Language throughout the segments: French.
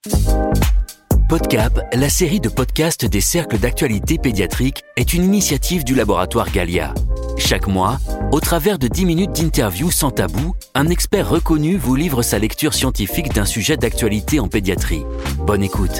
PodCap, la série de podcasts des cercles d'actualité pédiatrique, est une initiative du laboratoire Galia. Chaque mois, au travers de 10 minutes d'interview sans tabou, un expert reconnu vous livre sa lecture scientifique d'un sujet d'actualité en pédiatrie. Bonne écoute.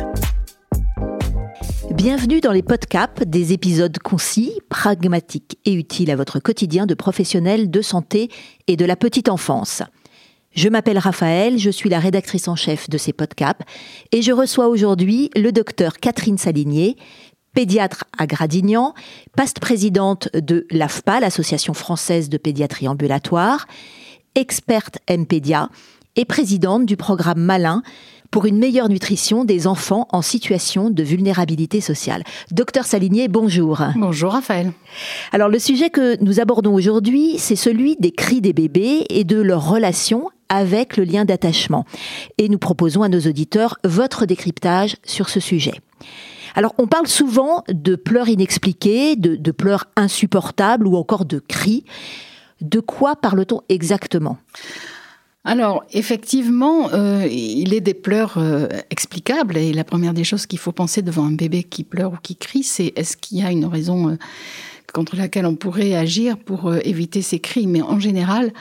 Bienvenue dans les PodCap, des épisodes concis, pragmatiques et utiles à votre quotidien de professionnels de santé et de la petite enfance. Je m'appelle Raphaël, je suis la rédactrice en chef de ces PodCap et je reçois aujourd'hui le docteur Catherine Saligné, pédiatre à Gradignan, past présidente de l'AFPA, l'Association française de pédiatrie ambulatoire, experte MPédia et présidente du programme Malin pour une meilleure nutrition des enfants en situation de vulnérabilité sociale. Docteur Saligné, bonjour. Bonjour Raphaël. Alors le sujet que nous abordons aujourd'hui, c'est celui des cris des bébés et de leur relation avec le lien d'attachement. Et nous proposons à nos auditeurs votre décryptage sur ce sujet. Alors on parle souvent de pleurs inexpliquées, de pleurs insupportables ou encore de cris. De quoi parle-t-on exactement ? Alors, effectivement, il est des pleurs explicables. Et la première des choses qu'il faut penser devant un bébé qui pleure ou qui crie, c'est est-ce qu'il y a une raison contre laquelle on pourrait agir pour éviter ces cris. Mais en général,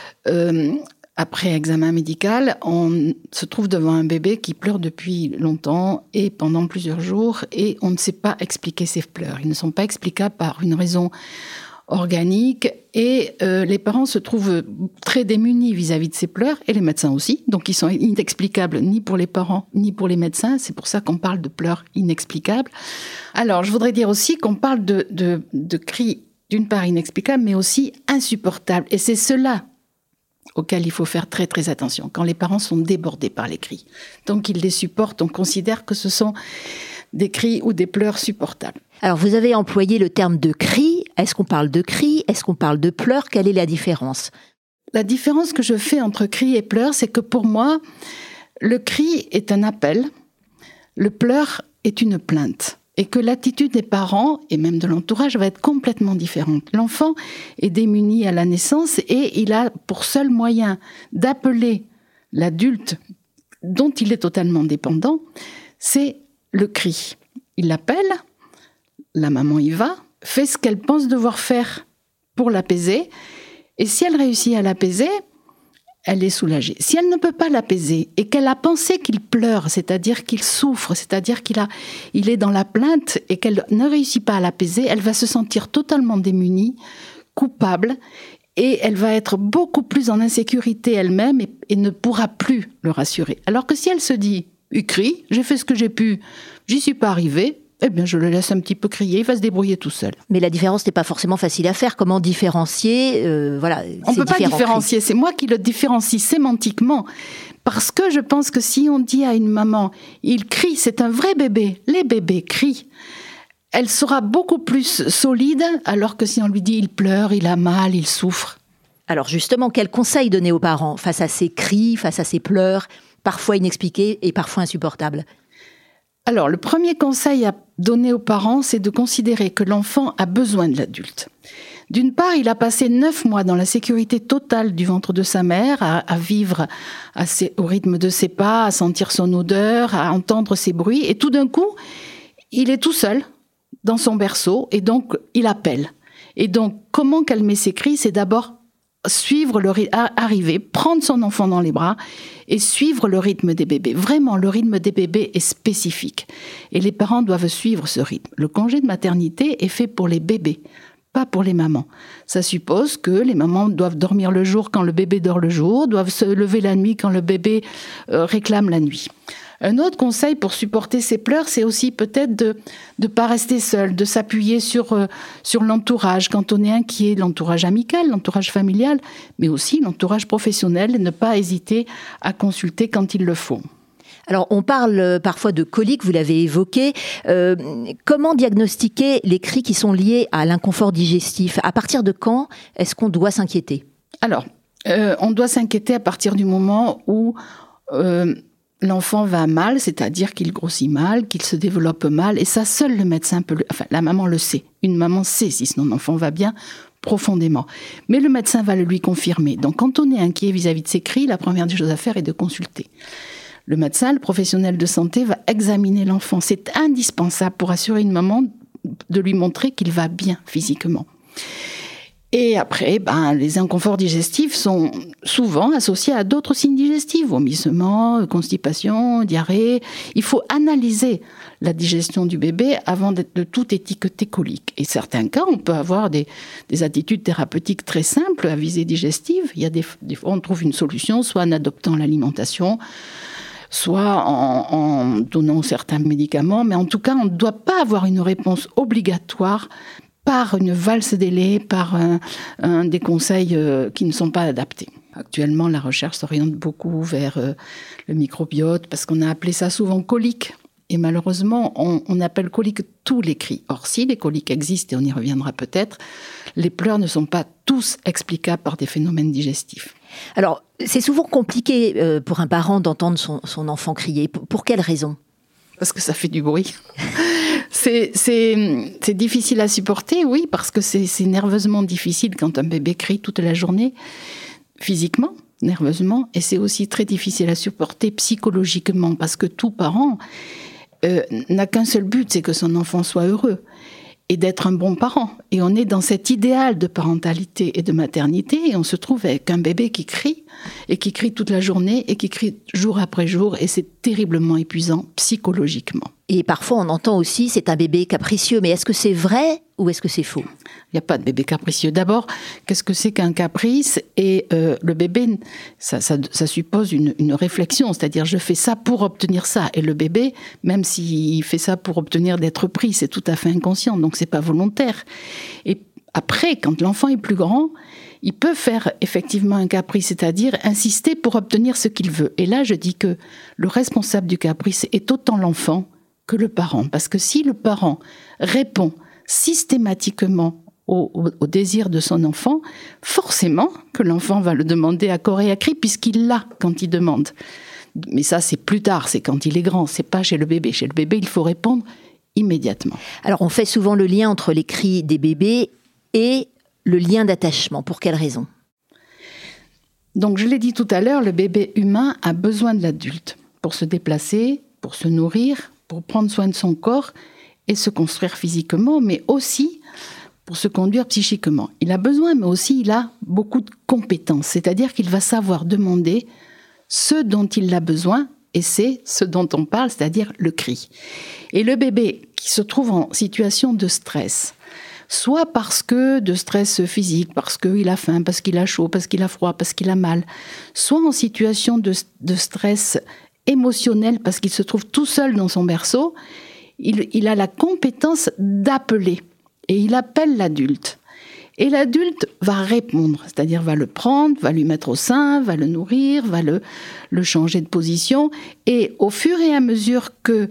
après examen médical, on se trouve devant un bébé qui pleure depuis longtemps et pendant plusieurs jours. Et on ne sait pas expliquer ces pleurs. Ils ne sont pas explicables par une raison organique et les parents se trouvent très démunis vis-à-vis de ces pleurs et les médecins aussi, donc ils sont inexplicables ni pour les parents ni pour les médecins, c'est pour ça qu'on parle de pleurs inexplicables. Alors je voudrais dire aussi qu'on parle de cris d'une part inexplicables mais aussi insupportables et c'est cela auquel il faut faire très très attention quand les parents sont débordés par les cris. Donc ils les supportent, on considère que ce sont des cris ou des pleurs supportables. Alors vous avez employé le terme de cri. Est-ce qu'on parle de cri ? Est-ce qu'on parle de pleurs ? Quelle est la différence ? La différence que je fais entre cri et pleurs, c'est que pour moi, le cri est un appel, le pleur est une plainte. Et que l'attitude des parents, et même de l'entourage, va être complètement différente. L'enfant est démuni à la naissance et il a pour seul moyen d'appeler l'adulte dont il est totalement dépendant, c'est le cri. Il l'appelle, la maman y va, fait ce qu'elle pense devoir faire pour l'apaiser, et si elle réussit à l'apaiser, elle est soulagée. Si elle ne peut pas l'apaiser et qu'elle a pensé qu'il pleure, c'est-à-dire qu'il souffre, c'est-à-dire il est dans la plainte et qu'elle ne réussit pas à l'apaiser, elle va se sentir totalement démunie, coupable, et elle va être beaucoup plus en insécurité elle-même et ne pourra plus le rassurer. Alors que si elle se dit « il crie, j'ai fait ce que j'ai pu, j'y suis pas arrivée », eh bien, je le laisse un petit peu crier, il va se débrouiller tout seul. Mais la différence n'est pas forcément facile à faire. Comment différencier On ne peut pas différencier, c'est moi qui le différencie sémantiquement. Parce que je pense que si on dit à une maman, il crie, c'est un vrai bébé, les bébés crient, elle sera beaucoup plus solide, alors que si on lui dit, il pleure, il a mal, il souffre. Alors justement, quels conseils donner aux parents face à ces cris, face à ces pleurs, parfois inexpliqués et parfois insupportables ? Alors, le premier conseil à donner aux parents, c'est de considérer que l'enfant a besoin de l'adulte. D'une part, il a passé 9 mois dans la sécurité totale du ventre de sa mère, à vivre au rythme de ses pas, à sentir son odeur, à entendre ses bruits. Et tout d'un coup, il est tout seul dans son berceau et donc il appelle. Et donc, comment calmer ses cris ? C'est d'abord suivre arriver, prendre son enfant dans les bras et suivre le rythme des bébés. Vraiment, le rythme des bébés est spécifique. Et les parents doivent suivre ce rythme. Le congé de maternité est fait pour les bébés, pas pour les mamans. Ça suppose que les mamans doivent dormir le jour quand le bébé dort le jour, doivent se lever la nuit quand le bébé réclame la nuit. Un autre conseil pour supporter ces pleurs, c'est aussi peut-être de ne pas rester seul, de s'appuyer sur l'entourage quand on est inquiet, l'entourage amical, l'entourage familial, mais aussi l'entourage professionnel, et ne pas hésiter à consulter quand il le faut. Alors, on parle parfois de coliques, vous l'avez évoqué. Comment diagnostiquer les cris qui sont liés à l'inconfort digestif ? À partir de quand est-ce qu'on doit s'inquiéter ? Alors, on doit s'inquiéter à partir du moment où l'enfant va mal, c'est-à-dire qu'il grossit mal, qu'il se développe mal, et ça, seul le médecin peut la maman le sait. Une maman sait si son enfant va bien profondément. Mais le médecin va le lui confirmer. Donc, quand on est inquiet vis-à-vis de ces cris, la première des choses à faire est de consulter. Le médecin, le professionnel de santé va examiner l'enfant. C'est indispensable pour assurer une maman de lui montrer qu'il va bien physiquement. Et après, les inconforts digestifs sont souvent associés à d'autres signes digestifs, vomissements, constipation, diarrhée. Il faut analyser la digestion du bébé avant de tout étiqueter colique. Et certains cas, on peut avoir des attitudes thérapeutiques très simples à visée digestive. Il y a des fois, on trouve une solution, soit en adoptant l'alimentation, soit en donnant certains médicaments. Mais en tout cas, on ne doit pas avoir une réponse obligatoire par une valse des laits, par des conseils qui ne sont pas adaptés. Actuellement, la recherche s'oriente beaucoup vers le microbiote, parce qu'on a appelé ça souvent colique. Et malheureusement, on appelle colique tous les cris. Or, si les coliques existent, et on y reviendra peut-être, les pleurs ne sont pas tous explicables par des phénomènes digestifs. Alors, c'est souvent compliqué pour un parent d'entendre son enfant crier. Pour quelle raison ? Parce que ça fait du bruit. C'est difficile à supporter, oui, parce que c'est nerveusement difficile quand un bébé crie toute la journée, physiquement, nerveusement, et c'est aussi très difficile à supporter psychologiquement, parce que tout parent n'a qu'un seul but, c'est que son enfant soit heureux et d'être un bon parent. Et on est dans cet idéal de parentalité et de maternité, et on se trouve avec un bébé qui crie, et qui crie toute la journée, et qui crie jour après jour, et c'est terriblement épuisant psychologiquement. Et parfois, on entend aussi, c'est un bébé capricieux. Mais est-ce que c'est vrai ou est-ce que c'est faux ? Il n'y a pas de bébé capricieux. D'abord, qu'est-ce que c'est qu'un caprice ? Et le bébé, ça suppose une réflexion. C'est-à-dire, je fais ça pour obtenir ça. Et le bébé, même s'il fait ça pour obtenir d'être pris, c'est tout à fait inconscient. Donc, c'est pas volontaire. Et après, quand l'enfant est plus grand, il peut faire effectivement un caprice, c'est-à-dire insister pour obtenir ce qu'il veut. Et là, je dis que le responsable du caprice est autant l'enfant que le parent. Parce que si le parent répond systématiquement au désir de son enfant, forcément que l'enfant va le demander à corps et à cri, puisqu'il l'a quand il demande. Mais ça, c'est plus tard, c'est quand il est grand, c'est pas chez le bébé. Chez le bébé, il faut répondre immédiatement. Alors, on fait souvent le lien entre les cris des bébés et le lien d'attachement. Pour quelle raison ? Donc, je l'ai dit tout à l'heure, le bébé humain a besoin de l'adulte pour se déplacer, pour se nourrir, pour prendre soin de son corps et se construire physiquement, mais aussi pour se conduire psychiquement. Il a besoin, mais aussi il a beaucoup de compétences, c'est-à-dire qu'il va savoir demander ce dont il a besoin, et c'est ce dont on parle, c'est-à-dire le cri. Et le bébé qui se trouve en situation de stress, soit parce que de stress physique, parce qu'il a faim, parce qu'il a chaud, parce qu'il a froid, parce qu'il a mal, soit en situation de stress émotionnel, parce qu'il se trouve tout seul dans son berceau, il a la compétence d'appeler. Et il appelle l'adulte. Et l'adulte va répondre, c'est-à-dire va le prendre, va lui mettre au sein, va le nourrir, va le changer de position. Et au fur et à mesure que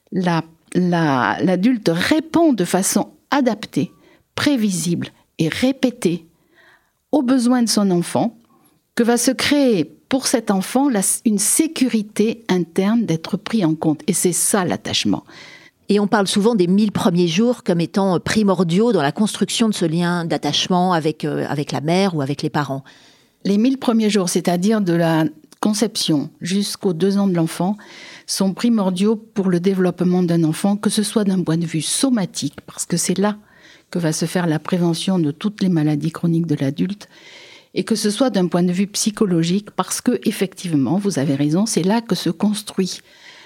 l'adulte répond de façon adaptée, prévisible et répétée aux besoins de son enfant, que va se créer pour cet enfant une sécurité interne d'être pris en compte. Et c'est ça l'attachement. Et on parle souvent des 1000 premiers jours comme étant primordiaux dans la construction de ce lien d'attachement avec la mère ou avec les parents. Les 1000 premiers jours, c'est-à-dire de la conception jusqu'aux 2 ans de l'enfant, sont primordiaux pour le développement d'un enfant, que ce soit d'un point de vue somatique, parce que c'est là que va se faire la prévention de toutes les maladies chroniques de l'adulte, et que ce soit d'un point de vue psychologique, parce que effectivement, vous avez raison, c'est là que se construit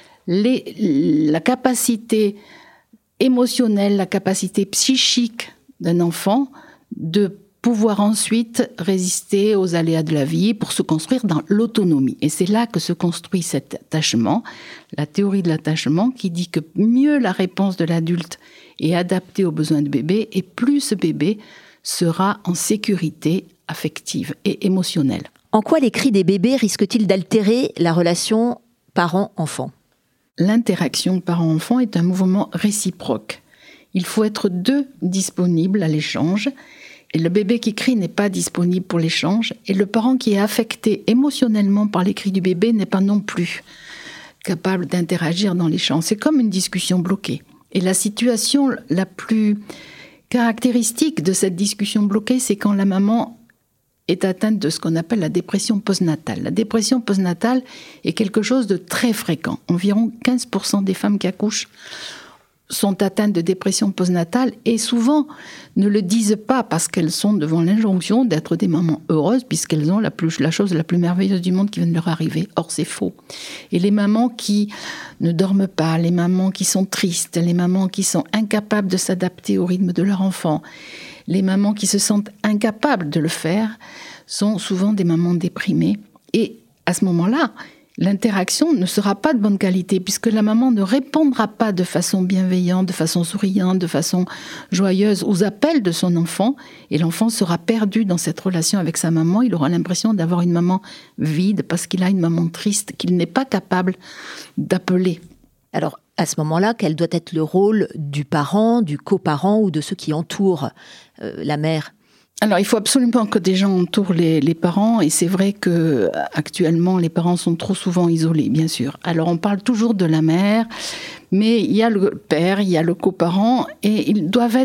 la capacité émotionnelle, la capacité psychique d'un enfant de pouvoir ensuite résister aux aléas de la vie pour se construire dans l'autonomie. Et c'est là que se construit cet attachement, la théorie de l'attachement qui dit que mieux la réponse de l'adulte est adaptée aux besoins de bébé et plus ce bébé sera en sécurité affective et émotionnelle. En quoi les cris des bébés risquent-ils d'altérer la relation parent-enfant ? L'interaction parent-enfant est un mouvement réciproque. Il faut être 2 disponibles à l'échange, et le bébé qui crie n'est pas disponible pour l'échange, et le parent qui est affecté émotionnellement par les cris du bébé n'est pas non plus capable d'interagir dans l'échange. C'est comme une discussion bloquée. Et la situation la plus caractéristique de cette discussion bloquée, c'est quand la maman est atteinte de ce qu'on appelle la dépression postnatale. La dépression postnatale est quelque chose de très fréquent. Environ 15% des femmes qui accouchent sont atteintes de dépression postnatale et souvent ne le disent pas parce qu'elles sont devant l'injonction d'être des mamans heureuses puisqu'elles ont la chose la plus merveilleuse du monde qui vient de leur arriver. Or, c'est faux. Et les mamans qui ne dorment pas, les mamans qui sont tristes, les mamans qui sont incapables de s'adapter au rythme de leur enfant, les mamans qui se sentent incapables de le faire sont souvent des mamans déprimées. Et à ce moment-là, l'interaction ne sera pas de bonne qualité puisque la maman ne répondra pas de façon bienveillante, de façon souriante, de façon joyeuse aux appels de son enfant et l'enfant sera perdu dans cette relation avec sa maman. Il aura l'impression d'avoir une maman vide parce qu'il a une maman triste qu'il n'est pas capable d'appeler. Alors, à ce moment-là, quel doit être le rôle du parent, du coparent ou de ceux qui entourent la mère ? Alors, il faut absolument que des gens entourent les parents et c'est vrai que actuellement les parents sont trop souvent isolés, bien sûr. Alors, on parle toujours de la mère, mais il y a le père, il y a le coparent et ils doivent,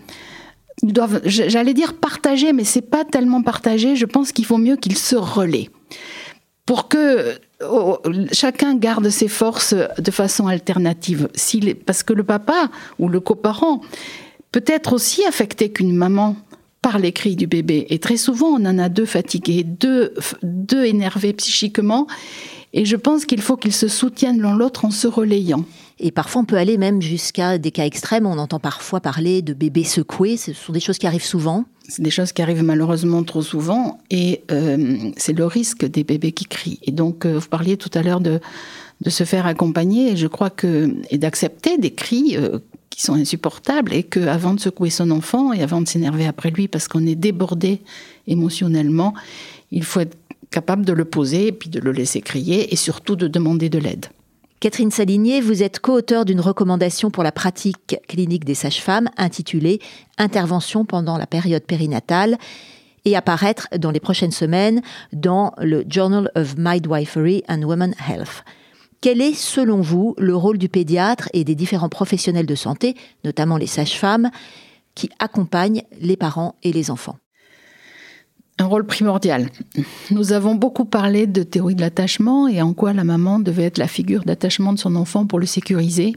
j'allais dire partagés, mais c'est pas tellement partagé. Je pense qu'il faut mieux qu'ils se relaient pour que chacun garde ses forces de façon alternative. Parce que le papa ou le coparent peut être aussi affecté qu'une maman par les cris du bébé. Et très souvent, on en a deux fatigués, deux énervés psychiquement. Et je pense qu'il faut qu'ils se soutiennent l'un l'autre en se relayant. Et parfois, on peut aller même jusqu'à des cas extrêmes. On entend parfois parler de bébés secoués. Ce sont des choses qui arrivent souvent. C'est des choses qui arrivent malheureusement trop souvent. Et c'est le risque des bébés qui crient. Et donc, vous parliez tout à l'heure de se faire accompagner. Et je crois et d'accepter des cris qui sont insupportables et qu'avant de secouer son enfant et avant de s'énerver après lui parce qu'on est débordé émotionnellement, il faut être capable de le poser et puis de le laisser crier et surtout de demander de l'aide. Catherine Saligné, vous êtes co-auteure d'une recommandation pour la pratique clinique des sages-femmes intitulée « Intervention pendant la période périnatale » et apparaître dans les prochaines semaines dans le Journal of Midwifery and Women's Health. Quel est, selon vous, le rôle du pédiatre et des différents professionnels de santé, notamment les sages-femmes, qui accompagnent les parents et les enfants ? Un rôle primordial. Nous avons beaucoup parlé de théorie de l'attachement et en quoi la maman devait être la figure d'attachement de son enfant pour le sécuriser.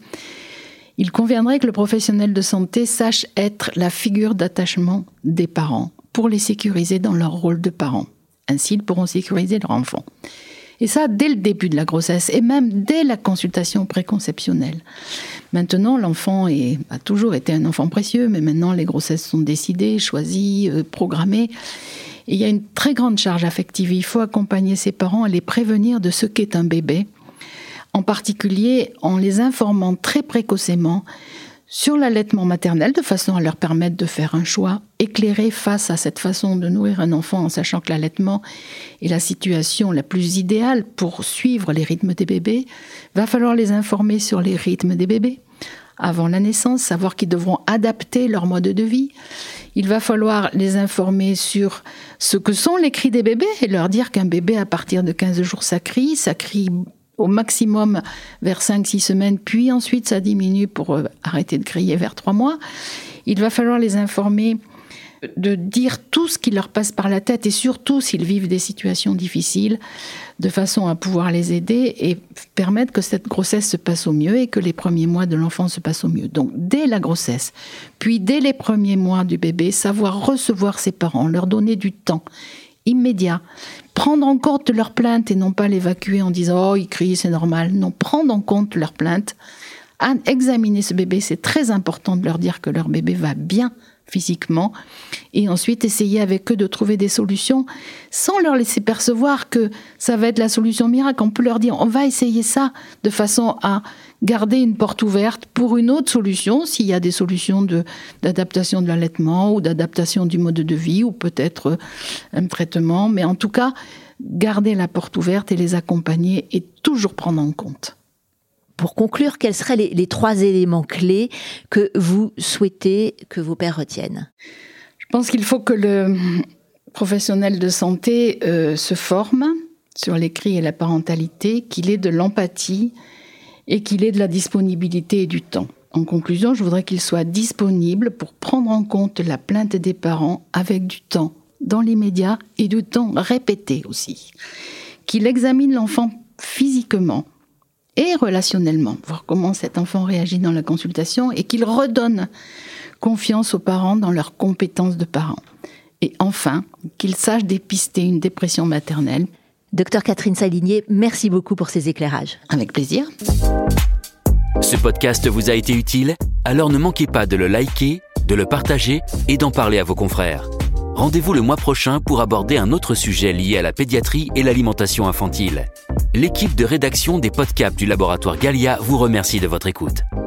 Il conviendrait que le professionnel de santé sache être la figure d'attachement des parents pour les sécuriser dans leur rôle de parents. Ainsi, ils pourront sécuriser leur enfant. Et ça, dès le début de la grossesse et même dès la consultation préconceptionnelle. Maintenant, l'enfant a toujours été un enfant précieux, mais maintenant les grossesses sont décidées, choisies, programmées. Et il y a une très grande charge affective. Il faut accompagner ses parents et les prévenir de ce qu'est un bébé, en particulier en les informant très précocement sur l'allaitement maternel, de façon à leur permettre de faire un choix éclairé face à cette façon de nourrir un enfant, en sachant que l'allaitement est la situation la plus idéale pour suivre les rythmes des bébés. Va falloir les informer sur les rythmes des bébés avant la naissance, savoir qu'ils devront adapter leur mode de vie. Il va falloir les informer sur ce que sont les cris des bébés et leur dire qu'un bébé, à partir de 15 jours, ça crie au maximum vers 5-6 semaines, puis ensuite ça diminue pour arrêter de crier vers 3 mois. Il va falloir les informer de dire tout ce qui leur passe par la tête et surtout s'ils vivent des situations difficiles, de façon à pouvoir les aider et permettre que cette grossesse se passe au mieux et que les premiers mois de l'enfant se passent au mieux. Donc dès la grossesse, puis dès les premiers mois du bébé, savoir recevoir ses parents, leur donner du temps immédiat, prendre en compte leurs plaintes et non pas l'évacuer en disant « oh, il crie, c'est normal ». Non, prendre en compte leurs plaintes, examiner ce bébé, c'est très important de leur dire que leur bébé va bien physiquement et ensuite essayer avec eux de trouver des solutions sans leur laisser percevoir que ça va être la solution miracle. On peut leur dire on va essayer ça de façon à garder une porte ouverte pour une autre solution s'il y a des solutions d'adaptation de l'allaitement ou d'adaptation du mode de vie ou peut-être un traitement, mais en tout cas garder la porte ouverte et les accompagner et toujours prendre en compte. Pour conclure, quels seraient les 3 éléments clés que vous souhaitez que vos pères retiennent ? Je pense qu'il faut que le professionnel de santé se forme sur les cris et la parentalité, qu'il ait de l'empathie et qu'il ait de la disponibilité et du temps. En conclusion, je voudrais qu'il soit disponible pour prendre en compte la plainte des parents avec du temps dans l'immédiat et du temps répété aussi. Qu'il examine l'enfant physiquement et relationnellement, voir comment cet enfant réagit dans la consultation et qu'il redonne confiance aux parents dans leurs compétences de parents. Et enfin, qu'il sache dépister une dépression maternelle. Docteur Catherine Salinier, merci beaucoup pour ces éclairages. Avec plaisir. Ce podcast vous a été utile ? Alors ne manquez pas de le liker, de le partager et d'en parler à vos confrères. Rendez-vous le mois prochain pour aborder un autre sujet lié à la pédiatrie et l'alimentation infantile. L'équipe de rédaction des podcasts du laboratoire Gallia vous remercie de votre écoute.